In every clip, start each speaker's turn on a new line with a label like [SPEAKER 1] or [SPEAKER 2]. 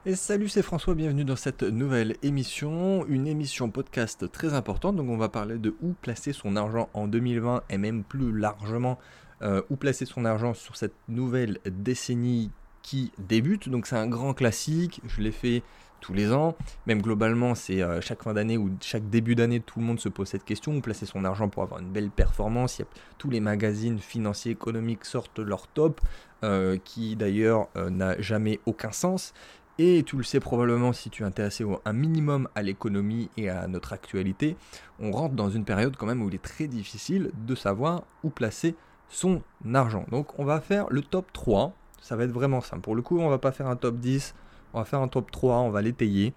[SPEAKER 1] Et salut, c'est François, bienvenue dans cette nouvelle émission, une émission podcast très importante. Donc on va parler de où placer son argent en 2020 et même plus largement où placer son argent sur cette nouvelle décennie qui débute. Donc c'est un grand classique, je l'ai fait tous les ans, même globalement c'est chaque fin d'année ou chaque début d'année tout le monde se pose cette question, où placer son argent pour avoir une belle performance. Tous les magazines financiers économiques sortent leur top, qui d'ailleurs n'a jamais aucun sens. Et tu le sais probablement si tu es intéressé un minimum à l'économie et à notre actualité, on rentre dans une période quand même où il est très difficile de savoir où placer son argent. Donc on va faire le top 3, ça va être vraiment simple. Pour le coup, on va pas faire un top 10, on va faire un top 3, on va l'étayer.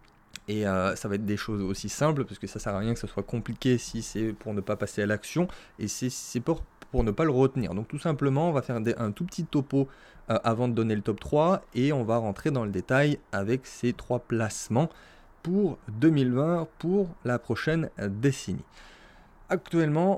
[SPEAKER 1] Et ça va être des choses aussi simples, parce que ça sert à rien que ce soit compliqué si c'est pour ne pas passer à l'action, et c'est pour ne pas le retenir. Donc tout simplement, on va faire un tout petit topo avant de donner le top 3, et on va rentrer dans le détail avec ces 3 placements pour 2020, pour la prochaine décennie. Actuellement,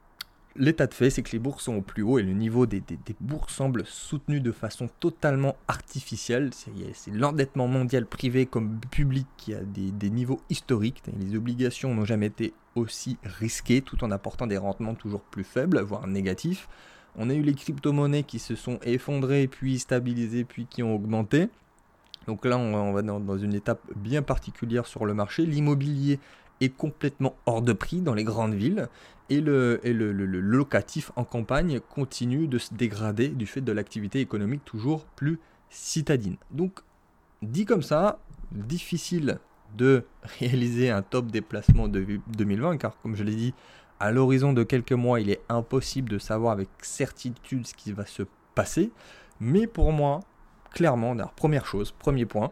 [SPEAKER 1] l'état de fait, c'est que les bourses sont au plus haut et le niveau des bourses semble soutenu de façon totalement artificielle. C'est l'endettement mondial privé comme public qui a des niveaux historiques. Les obligations n'ont jamais été aussi risquées tout en apportant des rendements toujours plus faibles, voire négatifs. On a eu les crypto-monnaies qui se sont effondrées, puis stabilisées, puis qui ont augmenté. Donc là, on va dans une étape bien particulière sur le marché. L'immobilier est complètement hors de prix dans les grandes villes et le locatif en campagne continue de se dégrader du fait de l'activité économique toujours plus citadine. Donc, dit comme ça, difficile de réaliser un top des placements de 2020 car, comme je l'ai dit, à l'horizon de quelques mois, il est impossible de savoir avec certitude ce qui va se passer. Mais pour moi, clairement, première chose, premier point,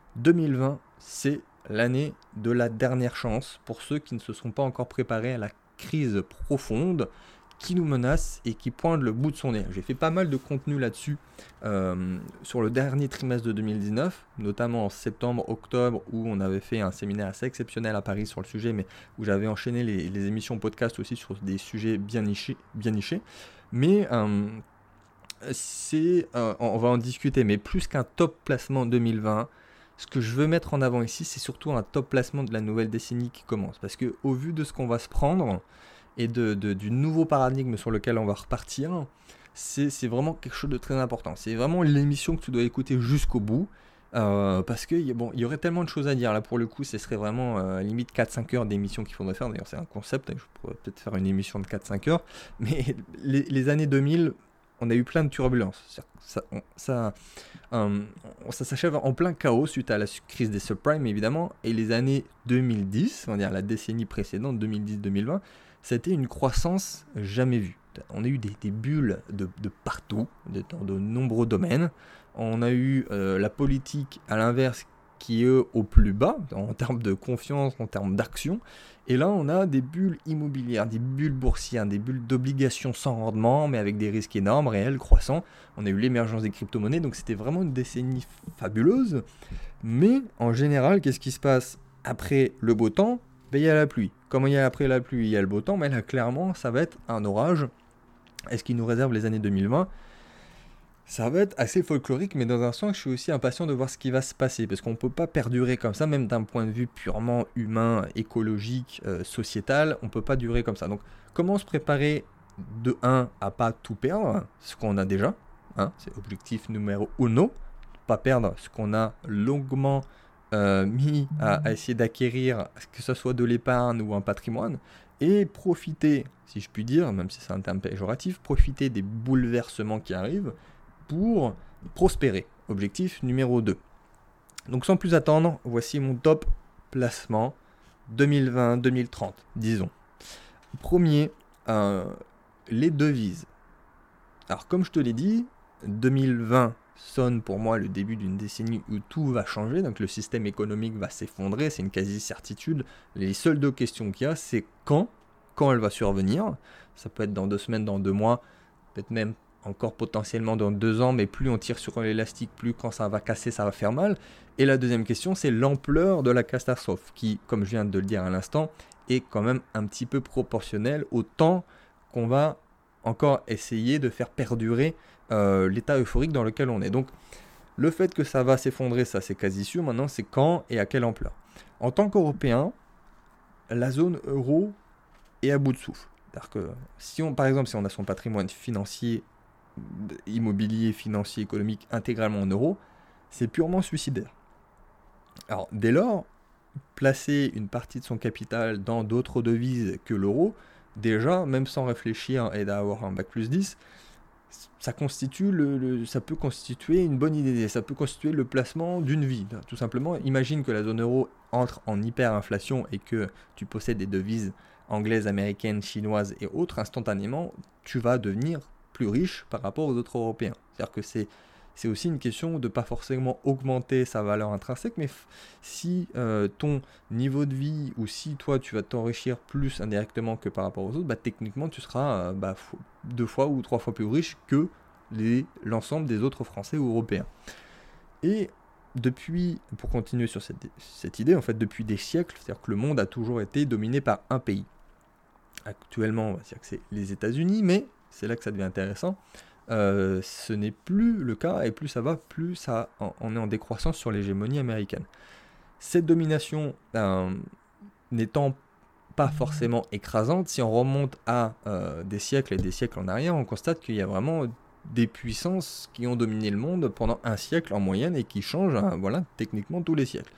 [SPEAKER 1] 2020, c'est l'année de la dernière chance pour ceux qui ne se sont pas encore préparés à la crise profonde qui nous menace et qui pointe le bout de son nez. J'ai fait pas mal de contenu là-dessus sur le dernier trimestre de 2019, notamment en septembre, octobre, où on avait fait un séminaire assez exceptionnel à Paris sur le sujet, mais où j'avais enchaîné les émissions podcast aussi sur des sujets bien nichés. Mais on va en discuter, mais plus qu'un top placement 2020, ce que je veux mettre en avant ici, c'est surtout un top placement de la nouvelle décennie qui commence. Parce que au vu de ce qu'on va se prendre et du nouveau paradigme sur lequel on va repartir, c'est vraiment quelque chose de très important. C'est vraiment l'émission que tu dois écouter jusqu'au bout. Parce que il y aurait tellement de choses à dire. Là, pour le coup, ce serait vraiment limite 4-5 heures d'émission qu'il faudrait faire. D'ailleurs, c'est un concept. Je pourrais peut-être faire une émission de 4-5 heures. Mais les années 2000, on a eu plein de turbulences. Ça s'achève en plein chaos suite à la crise des subprimes, évidemment. Et les années 2010, on va dire la décennie précédente, 2010-2020, ça a été une croissance jamais vue. On a eu des bulles de partout, dans de nombreux domaines. On a eu la politique, à l'inverse, qui est au plus bas, en termes de confiance, en termes d'action. Et là, on a des bulles immobilières, des bulles boursières, des bulles d'obligations sans rendement, mais avec des risques énormes, réels, croissants. On a eu l'émergence des crypto-monnaies, donc c'était vraiment une décennie fabuleuse. Mais en général, qu'est-ce qui se passe après le beau temps? Il y a la pluie. Comme il y a après la pluie, il y a le beau temps, mais là, clairement, ça va être un orage. Est-ce qu'il nous réserve les années 2020 ? Ça va être assez folklorique, mais dans un sens, je suis aussi impatient de voir ce qui va se passer, parce qu'on ne peut pas perdurer comme ça, même d'un point de vue purement humain, écologique, sociétal, on ne peut pas durer comme ça. Donc, comment se préparer de 1 à pas tout perdre, ce qu'on a déjà, c'est objectif numéro 1, pas perdre ce qu'on a longuement mis à essayer d'acquérir, que ce soit de l'épargne ou un patrimoine, et profiter, si je puis dire, même si c'est un terme péjoratif, profiter des bouleversements qui arrivent, pour prospérer. Objectif numéro 2. Donc sans plus attendre, voici mon top placement 2020-2030, disons. Premier, les devises. Alors comme je te l'ai dit, 2020 sonne pour moi le début d'une décennie où tout va changer, donc le système économique va s'effondrer, c'est une quasi-certitude. Les seules 2 questions qu'il y a, c'est quand elle va survenir. Ça peut être dans 2 semaines, dans 2 mois, peut-être même encore potentiellement dans 2 ans, mais plus on tire sur l'élastique, plus quand ça va casser, ça va faire mal. Et la deuxième question, c'est l'ampleur de la catastrophe, qui, comme je viens de le dire à l'instant, est quand même un petit peu proportionnelle au temps qu'on va encore essayer de faire perdurer l'état euphorique dans lequel on est. Donc, Le fait que ça va s'effondrer, ça c'est quasi sûr. Maintenant, c'est quand et à quelle ampleur. En tant qu'Européens, la zone euro est à bout de souffle. C'est-à-dire que par exemple, si on a son patrimoine financier, immobilier, financier, économique intégralement en euros, c'est purement suicidaire. Alors, dès lors, placer une partie de son capital dans d'autres devises que l'euro, déjà, même sans réfléchir et d'avoir un bac plus 10, ça peut constituer une bonne idée, ça peut constituer le placement d'une vie. Tout simplement, imagine que la zone euro entre en hyperinflation et que tu possèdes des devises anglaises, américaines, chinoises et autres, instantanément, tu vas devenir plus riche par rapport aux autres Européens. C'est-à-dire que c'est aussi une question de pas forcément augmenter sa valeur intrinsèque, mais si ton niveau de vie ou si toi tu vas t'enrichir plus indirectement que par rapport aux autres, techniquement tu seras 2 fois ou 3 fois plus riche que l'ensemble des autres Français ou Européens. Et pour continuer sur cette idée, en fait, depuis des siècles, c'est-à-dire que le monde a toujours été dominé par un pays. Actuellement, on va dire que c'est les États-Unis, mais c'est là que ça devient intéressant. Ce n'est plus le cas, et plus ça va, plus on est en décroissance sur l'hégémonie américaine. Cette domination n'étant pas forcément écrasante, si on remonte à des siècles et des siècles en arrière, on constate qu'il y a vraiment des puissances qui ont dominé le monde pendant un siècle en moyenne et qui changent techniquement tous les siècles.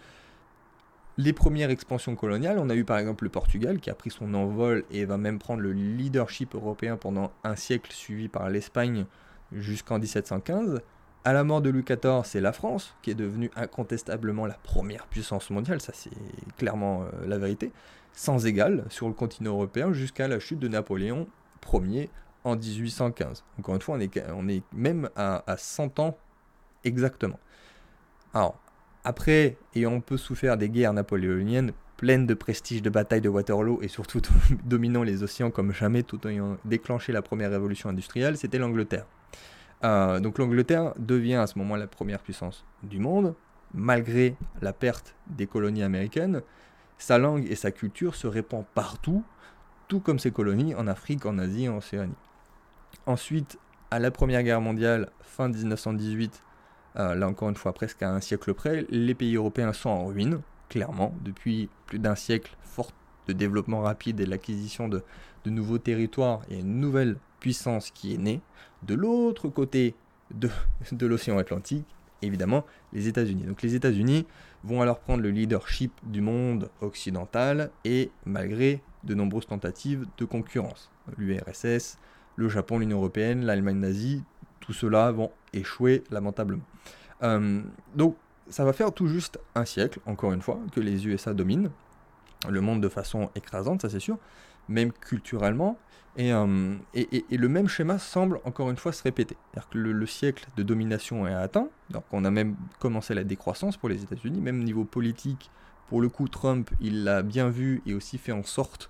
[SPEAKER 1] Les premières expansions coloniales, on a eu par exemple le Portugal qui a pris son envol et va même prendre le leadership européen pendant un siècle, suivi par l'Espagne jusqu'en 1715. À la mort de Louis XIV, c'est la France qui est devenue incontestablement la première puissance mondiale, ça c'est clairement la vérité, sans égal sur le continent européen jusqu'à la chute de Napoléon Ier en 1815. Encore une fois, on est même à 100 ans exactement. Alors, après, ayant peu souffert des guerres napoléoniennes, pleines de prestige, de batailles de Waterloo et surtout dominant les océans comme jamais, tout ayant déclenché la première révolution industrielle, c'était l'Angleterre. Donc l'Angleterre devient à ce moment la première puissance du monde, malgré la perte des colonies américaines. Sa langue et sa culture se répandent partout, tout comme ses colonies en Afrique, en Asie et en Océanie. Ensuite, à la Première Guerre mondiale, fin 1918, là encore une fois presque à un siècle près, les pays européens sont en ruine, clairement, depuis plus d'un siècle, forte de développement rapide et l'acquisition de nouveaux territoires, il y a une nouvelle puissance qui est née. De l'autre côté de l'océan Atlantique, évidemment, les États-Unis. Donc les États-Unis vont alors prendre le leadership du monde occidental et malgré de nombreuses tentatives de concurrence. L'URSS, le Japon, l'Union européenne, l'Allemagne nazie, tout cela vont échouer lamentablement. Donc ça va faire tout juste un siècle, encore une fois, que les USA dominent le monde de façon écrasante, ça c'est sûr, même culturellement, et le même schéma semble encore une fois se répéter. C'est-à-dire que le siècle de domination est atteint, donc on a même commencé la décroissance pour les États-Unis, même niveau politique. Pour le coup, Trump, il l'a bien vu et aussi fait en sorte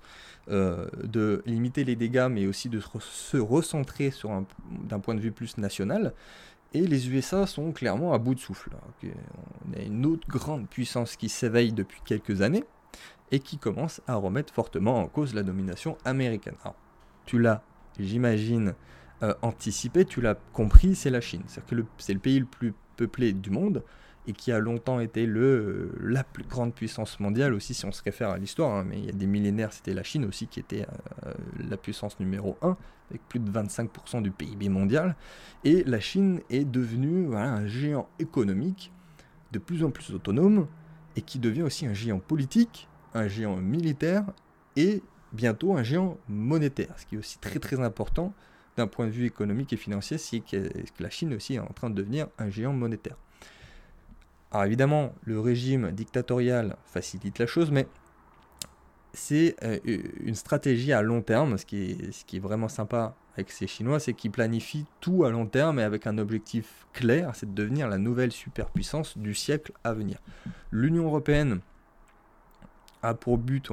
[SPEAKER 1] de limiter les dégâts, mais aussi de se recentrer d'un point de vue plus national. Et les USA sont clairement à bout de souffle. On a une autre grande puissance qui s'éveille depuis quelques années et qui commence à remettre fortement en cause la domination américaine. Alors, tu l'as, j'imagine, anticipé, tu l'as compris, c'est la Chine. C'est-à-dire que c'est le pays le plus peuplé du monde et qui a longtemps été la plus grande puissance mondiale aussi si on se réfère à l'histoire, mais il y a des millénaires c'était la Chine aussi qui était la puissance numéro 1 avec plus de 25% du PIB mondial, et la Chine est devenue un géant économique de plus en plus autonome et qui devient aussi un géant politique, un géant militaire et bientôt un géant monétaire, ce qui est aussi très très important d'un point de vue économique et financier, c'est que la Chine aussi est en train de devenir un géant monétaire. Alors évidemment, le régime dictatorial facilite la chose, mais c'est une stratégie à long terme. Ce qui est vraiment sympa avec ces Chinois, c'est qu'ils planifient tout à long terme et avec un objectif clair, c'est de devenir la nouvelle superpuissance du siècle à venir. L'Union européenne avait pour but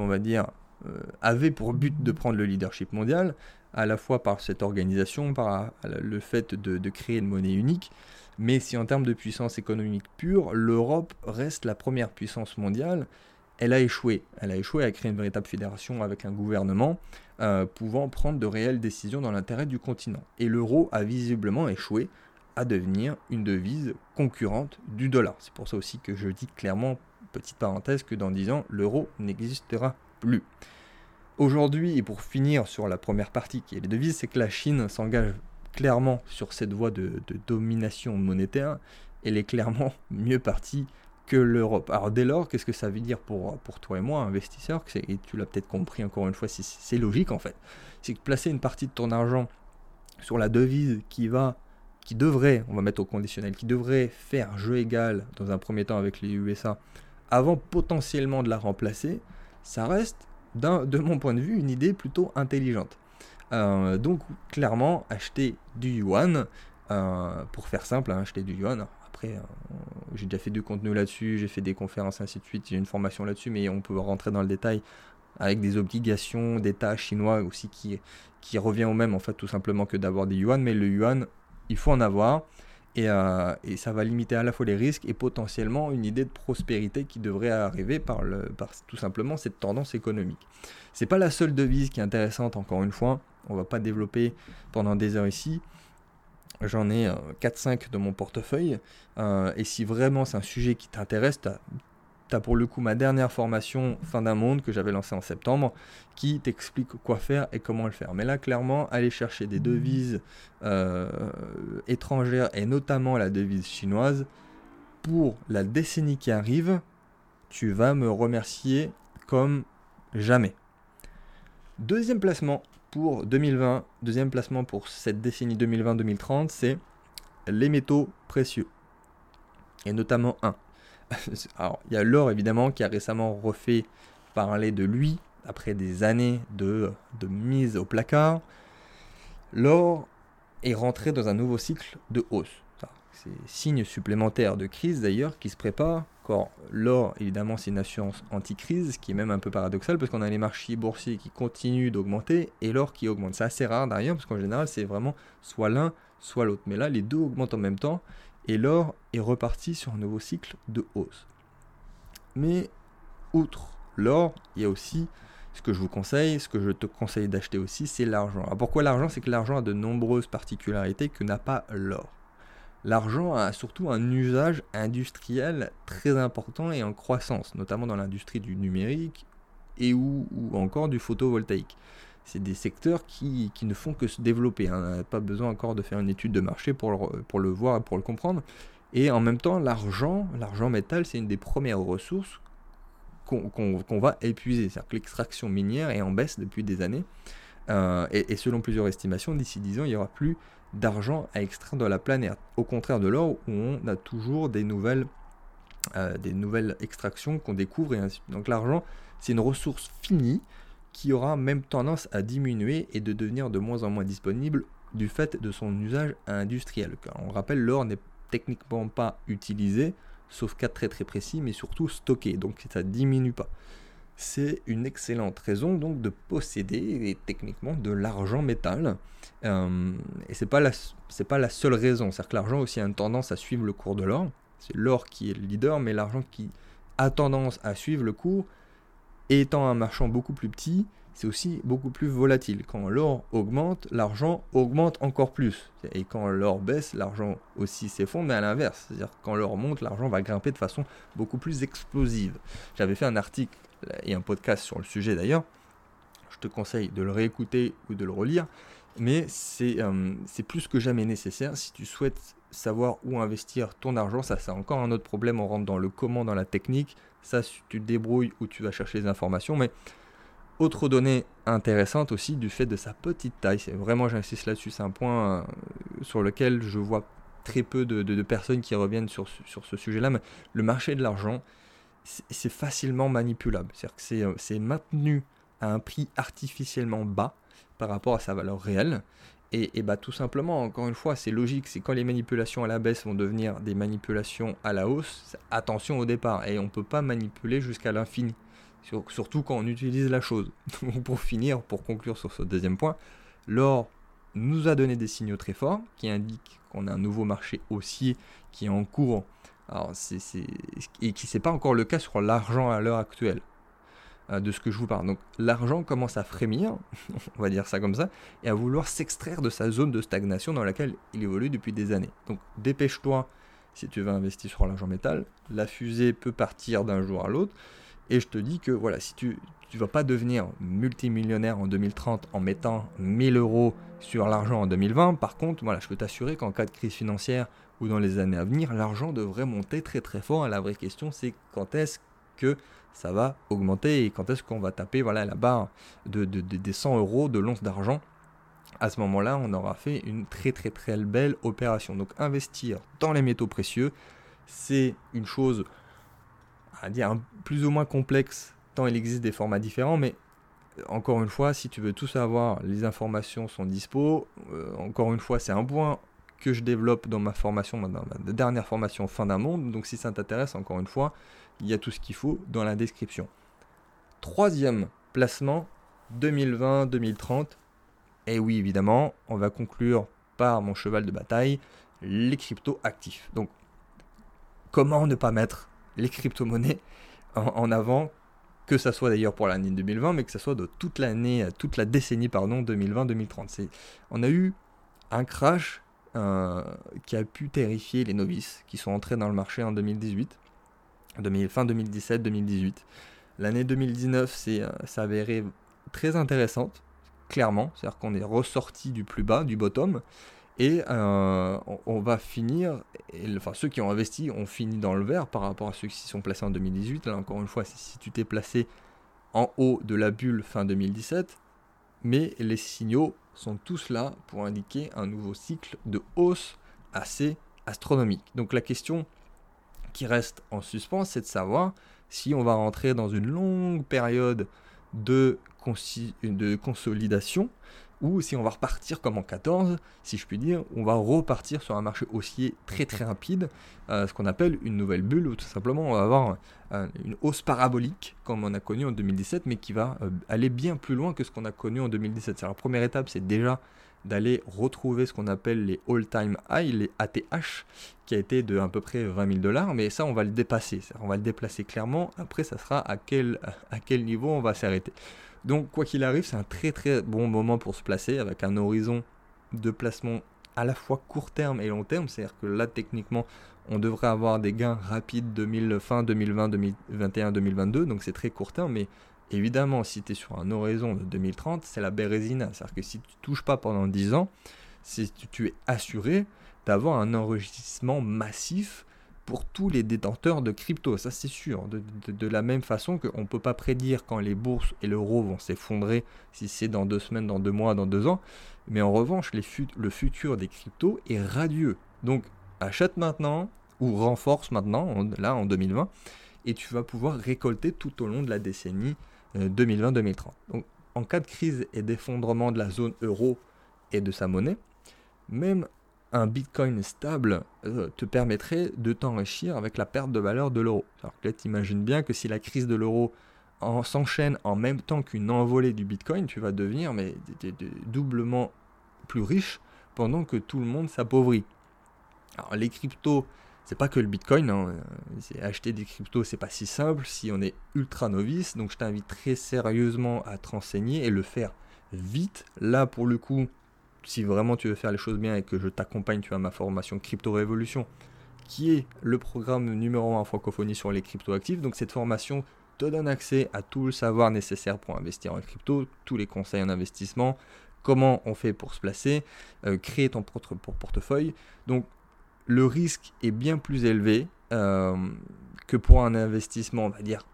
[SPEAKER 1] de prendre le leadership mondial, à la fois par cette organisation, par le fait de créer une monnaie unique. Mais si en termes de puissance économique pure, l'Europe reste la première puissance mondiale, elle a échoué. Elle a échoué à créer une véritable fédération avec un gouvernement pouvant prendre de réelles décisions dans l'intérêt du continent. Et l'euro a visiblement échoué à devenir une devise concurrente du dollar. C'est pour ça aussi que je dis clairement, petite parenthèse, que dans 10 ans, l'euro n'existera plus. Aujourd'hui, et pour finir sur la première partie qui est les devises, c'est que la Chine s'engage clairement sur cette voie de domination monétaire. Elle est clairement mieux partie que l'Europe. Alors dès lors, qu'est-ce que ça veut dire pour toi et moi, investisseur, et tu l'as peut-être compris encore une fois, c'est logique en fait, c'est que placer une partie de ton argent sur la devise qui devrait, on va mettre au conditionnel, qui devrait faire jeu égal dans un premier temps avec les USA, avant potentiellement de la remplacer, ça reste, de mon point de vue, une idée plutôt intelligente. Donc clairement, acheter du yuan, pour faire simple, acheter du yuan. Après, j'ai déjà fait du contenu là-dessus, j'ai fait des conférences, ainsi de suite, j'ai une formation là-dessus, mais on peut rentrer dans le détail avec des obligations d'État chinois aussi qui revient au même, en fait, tout simplement que d'avoir des yuan, mais le yuan, il faut en avoir, et ça va limiter à la fois les risques et potentiellement une idée de prospérité qui devrait arriver par tout simplement cette tendance économique. C'est pas la seule devise qui est intéressante, encore une fois, on va pas développer pendant des heures ici. J'en ai 4-5 de mon portefeuille, et si vraiment c'est un sujet qui t'intéresse, t'as pour le coup ma dernière formation Fin d'un monde que j'avais lancée en septembre, qui t'explique quoi faire et comment le faire. Mais là, clairement, aller chercher des devises étrangères, et notamment la devise chinoise, pour la décennie qui arrive, tu vas me remercier comme jamais. Deuxième placement pour 2020, deuxième placement pour cette décennie 2020-2030, c'est les métaux précieux. Et notamment un. Alors, il y a l'or évidemment qui a récemment refait parler de lui après des années de mise au placard. L'or est rentré dans un nouveau cycle de hausse. C'est signe supplémentaire de crise d'ailleurs qui se prépare. Car l'or, évidemment, c'est une assurance anti-crise, ce qui est même un peu paradoxal parce qu'on a les marchés boursiers qui continuent d'augmenter et l'or qui augmente. C'est assez rare d'ailleurs parce qu'en général, c'est vraiment soit l'un, soit l'autre. Mais là, les deux augmentent en même temps et l'or est reparti sur un nouveau cycle de hausse. Mais outre l'or, il y a aussi ce que je vous conseille, ce que je te conseille d'acheter aussi, c'est l'argent. Alors pourquoi l'argent? C'est que l'argent a de nombreuses particularités que n'a pas l'or. L'argent a surtout un usage industriel très important et en croissance, notamment dans l'industrie du numérique et ou encore du photovoltaïque. C'est des secteurs qui ne font que se développer. On n'a pas besoin encore de faire une étude de marché pour le voir et pour le comprendre. Et en même temps, l'argent métal, c'est une des premières ressources qu'on va épuiser. C'est-à-dire que l'extraction minière est en baisse depuis des années. Et selon plusieurs estimations, d'ici 10 ans, il n'y aura plus d'argent à extraire de la planète. Au contraire de l'or, où on a toujours des nouvelles extractions qu'on découvre. Et ainsi. Donc l'argent, c'est une ressource finie qui aura même tendance à diminuer et de devenir de moins en moins disponible du fait de son usage industriel. Car on rappelle, l'or n'est techniquement pas utilisé, sauf cas très très précis, mais surtout stocké, donc ça ne diminue pas. C'est une excellente raison donc de posséder techniquement de l'argent métal. Et c'est pas la seule raison. C'est-à-dire que l'argent aussi a une tendance à suivre le cours de l'or. C'est l'or qui est le leader, mais l'argent qui a tendance à suivre le cours, étant un marchand beaucoup plus petit, c'est aussi beaucoup plus volatile. Quand l'or augmente, l'argent augmente encore plus. Et quand l'or baisse, l'argent aussi s'effondre, mais à l'inverse. C'est-à-dire que quand l'or monte, l'argent va grimper de façon beaucoup plus explosive. J'avais fait un article et un podcast sur le sujet d'ailleurs. Je te conseille de le réécouter ou de le relire. Mais c'est plus que jamais nécessaire si tu souhaites savoir où investir ton argent. Ça, c'est encore un autre problème. On rentre dans le comment, dans la technique. Ça, tu te débrouilles où tu vas chercher les informations. Mais autre donnée intéressante aussi du fait de sa petite taille. C'est vraiment, j'insiste là-dessus, c'est un point sur lequel je vois très peu de personnes qui reviennent sur ce sujet-là. Mais le marché de l'argent, c'est facilement manipulable. C'est-à-dire que c'est maintenu à un prix artificiellement bas par rapport à sa valeur réelle. Et bah, tout simplement, encore une fois, c'est logique. C'est quand les manipulations à la baisse vont devenir des manipulations à la hausse, attention au départ. Et on ne peut pas manipuler jusqu'à l'infini. Surtout quand on utilise la chose. Pour finir, pour conclure sur ce deuxième point, l'or nous a donné des signaux très forts qui indiquent qu'on a un nouveau marché haussier qui est en cours. Alors, et qui n'est pas encore le cas sur l'argent à l'heure actuelle. de ce que je vous parle. Donc l'argent commence à frémir, on va dire ça comme ça, et à vouloir s'extraire de sa zone de stagnation dans laquelle il évolue depuis des années. Donc dépêche-toi si tu veux investir sur l'argent métal. La fusée peut partir d'un jour à l'autre, et je te dis que voilà, si tu vas pas devenir multimillionnaire en 2030 en mettant 1000 euros sur l'argent en 2020. Par contre, voilà, je peux t'assurer qu'en cas de crise financière ou dans les années à venir, l'argent devrait monter très très fort. La vraie question, c'est quand est-ce que ça va augmenter et quand est-ce qu'on va taper voilà, la barre des 100 euros de l'once d'argent. À ce moment-là, on aura fait une très très très belle opération. Donc investir dans les métaux précieux, c'est une chose à dire plus ou moins complexe tant il existe des formats différents, mais encore une fois, si tu veux tout savoir, les informations sont dispo. Encore une fois, c'est un point que je développe dans ma formation, dans ma dernière formation Fin d'un monde. Donc si ça t'intéresse, encore une fois, il y a tout ce qu'il faut dans la description. Troisième placement, 2020-2030. Et oui, évidemment, on va conclure par mon cheval de bataille, les cryptos actifs. Donc, comment ne pas mettre les crypto-monnaies en avant, que ça soit d'ailleurs pour l'année 2020, mais que ça soit de toute l'année, toute la décennie, 2020-2030. On a eu un crash qui a pu terrifier les novices qui sont entrés dans le marché en 2018, fin 2017-2018. L'année 2019 s'est avérée très intéressante, clairement, c'est-à-dire qu'on est ressorti du plus bas, du bottom, et on va finir, enfin ceux qui ont investi ont fini dans le vert par rapport à ceux qui s'y sont placés en 2018. Là encore une fois, si tu t'es placé en haut de la bulle fin 2017, mais les signaux sont tous là pour indiquer un nouveau cycle de hausse assez astronomique. Donc la question qui reste en suspens, c'est de savoir si on va rentrer dans une longue période de consolidation, ou si on va repartir comme en 14, si je puis dire, on va repartir sur un marché haussier très très rapide, ce qu'on appelle une nouvelle bulle, ou tout simplement on va avoir une hausse parabolique comme on a connu en 2017, mais qui va aller bien plus loin que ce qu'on a connu en 2017. Alors, la première étape, c'est déjà d'aller retrouver ce qu'on appelle les all-time high, les ATH, qui a été de à peu près 20 000 $, mais ça on va le dépasser, on va le déplacer clairement. Après, ça sera à quel niveau on va s'arrêter. Donc quoi qu'il arrive, c'est un très très bon moment pour se placer, avec un horizon de placement à la fois court terme et long terme. C'est-à-dire que là, techniquement, on devrait avoir des gains rapides fin 2020, 2021, 2022, donc c'est très court terme. Mais évidemment, si tu es sur un horizon de 2030, c'est la bérésina. C'est-à-dire que si tu ne touches pas pendant 10 ans, tu es assuré d'avoir un enrichissement massif pour tous les détenteurs de crypto, ça c'est sûr. De la même façon qu'on ne peut pas prédire quand les bourses et l'euro vont s'effondrer, si c'est dans 2 semaines, dans 2 mois, dans 2 ans. Mais en revanche, le futur des cryptos est radieux. Donc achète maintenant ou renforce maintenant, là en 2020, et tu vas pouvoir récolter tout au long de la décennie 2020-2030. Donc en cas de crise et d'effondrement de la zone euro et de sa monnaie, même un bitcoin stable te permettrait de t'enrichir avec la perte de valeur de l'euro. Alors que là, t'imagines bien que si la crise de l'euro s'enchaîne en même temps qu'une envolée du bitcoin, tu vas devenir doublement plus riche pendant que tout le monde s'appauvrit. Alors les cryptos, c'est pas que le bitcoin, hein. Acheter des cryptos, c'est pas si simple si on est ultra novice. Donc je t'invite très sérieusement à te renseigner et le faire vite. Là, pour le coup, si vraiment tu veux faire les choses bien et que je t'accompagne, tu as ma formation Crypto Révolution, qui est le programme numéro 1 en francophonie sur les cryptos actifs. Donc cette formation te donne accès à tout le savoir nécessaire pour investir en crypto, tous les conseils en investissement, comment on fait pour se placer, créer ton propre portefeuille. Donc le risque est bien plus élevé que pour un investissement, on va dire,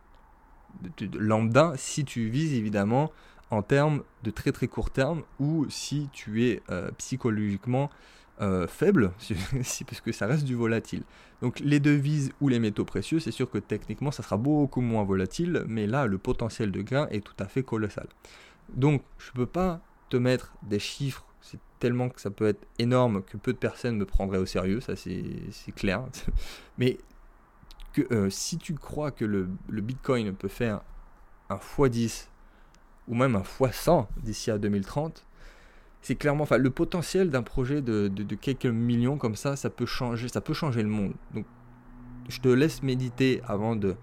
[SPEAKER 1] de lambda, si tu vises évidemment en termes de très très court terme, ou si tu es psychologiquement faible, puisque ça reste du volatile. Donc les devises ou les métaux précieux, c'est sûr que techniquement ça sera beaucoup moins volatile, mais là le potentiel de gain est tout à fait colossal. Donc je ne peux pas te mettre des chiffres, c'est tellement que ça peut être énorme que peu de personnes me prendraient au sérieux, ça c'est clair. Mais que, si tu crois que le Bitcoin peut faire un x10 ou même un x100 d'ici à 2030, c'est clairement, enfin, le potentiel d'un projet de quelques millions comme ça peut changer le monde. Donc, je te laisse méditer avant de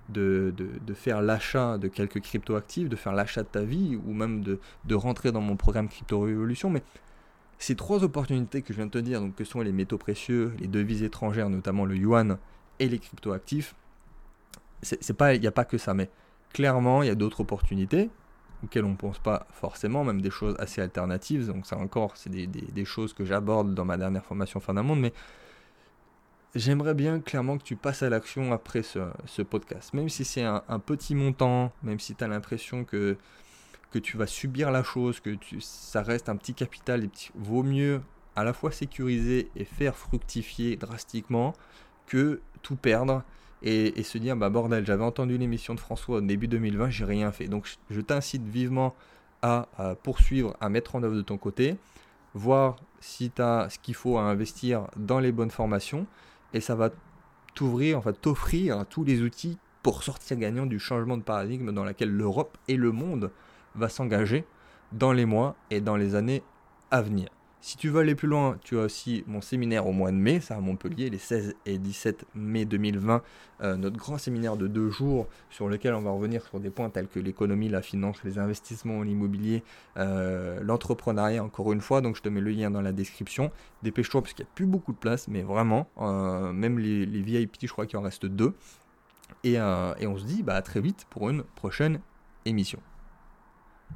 [SPEAKER 1] de faire l'achat de quelques crypto-actifs, de faire l'achat de ta vie, ou même de rentrer dans mon programme Crypto Révolution. Mais ces 3 opportunités que je viens de te dire, donc que sont les métaux précieux, les devises étrangères, notamment le yuan, et les crypto-actifs, il n'y a pas que ça, mais clairement, il y a d'autres opportunités auxquelles on ne pense pas forcément, même des choses assez alternatives. Donc ça encore, c'est des choses que j'aborde dans ma dernière formation Fin d'un monde, mais j'aimerais bien clairement que tu passes à l'action après ce podcast. Même si c'est un petit montant, même si tu as l'impression que tu vas subir la chose, ça reste un petit capital, vaut mieux à la fois sécuriser et faire fructifier drastiquement que tout perdre et se dire bah bordel, j'avais entendu l'émission de François au début 2020, j'ai rien fait. Donc je t'incite vivement à poursuivre, à mettre en œuvre de ton côté, voir si tu as ce qu'il faut à investir dans les bonnes formations, et ça va t'offrir tous les outils pour sortir gagnant du changement de paradigme dans lequel l'Europe et le monde va s'engager dans les mois et dans les années à venir. Si tu veux aller plus loin, tu as aussi mon séminaire au mois de mai, ça à Montpellier, les 16 et 17 mai 2020, notre grand séminaire de 2 jours sur lequel on va revenir sur des points tels que l'économie, la finance, les investissements, l'immobilier, l'entrepreneuriat encore une fois, donc je te mets le lien dans la description. Dépêche-toi parce qu'il n'y a plus beaucoup de place, mais vraiment, même les VIP, je crois qu'il en reste 2. Et on se dit à très vite pour une prochaine émission.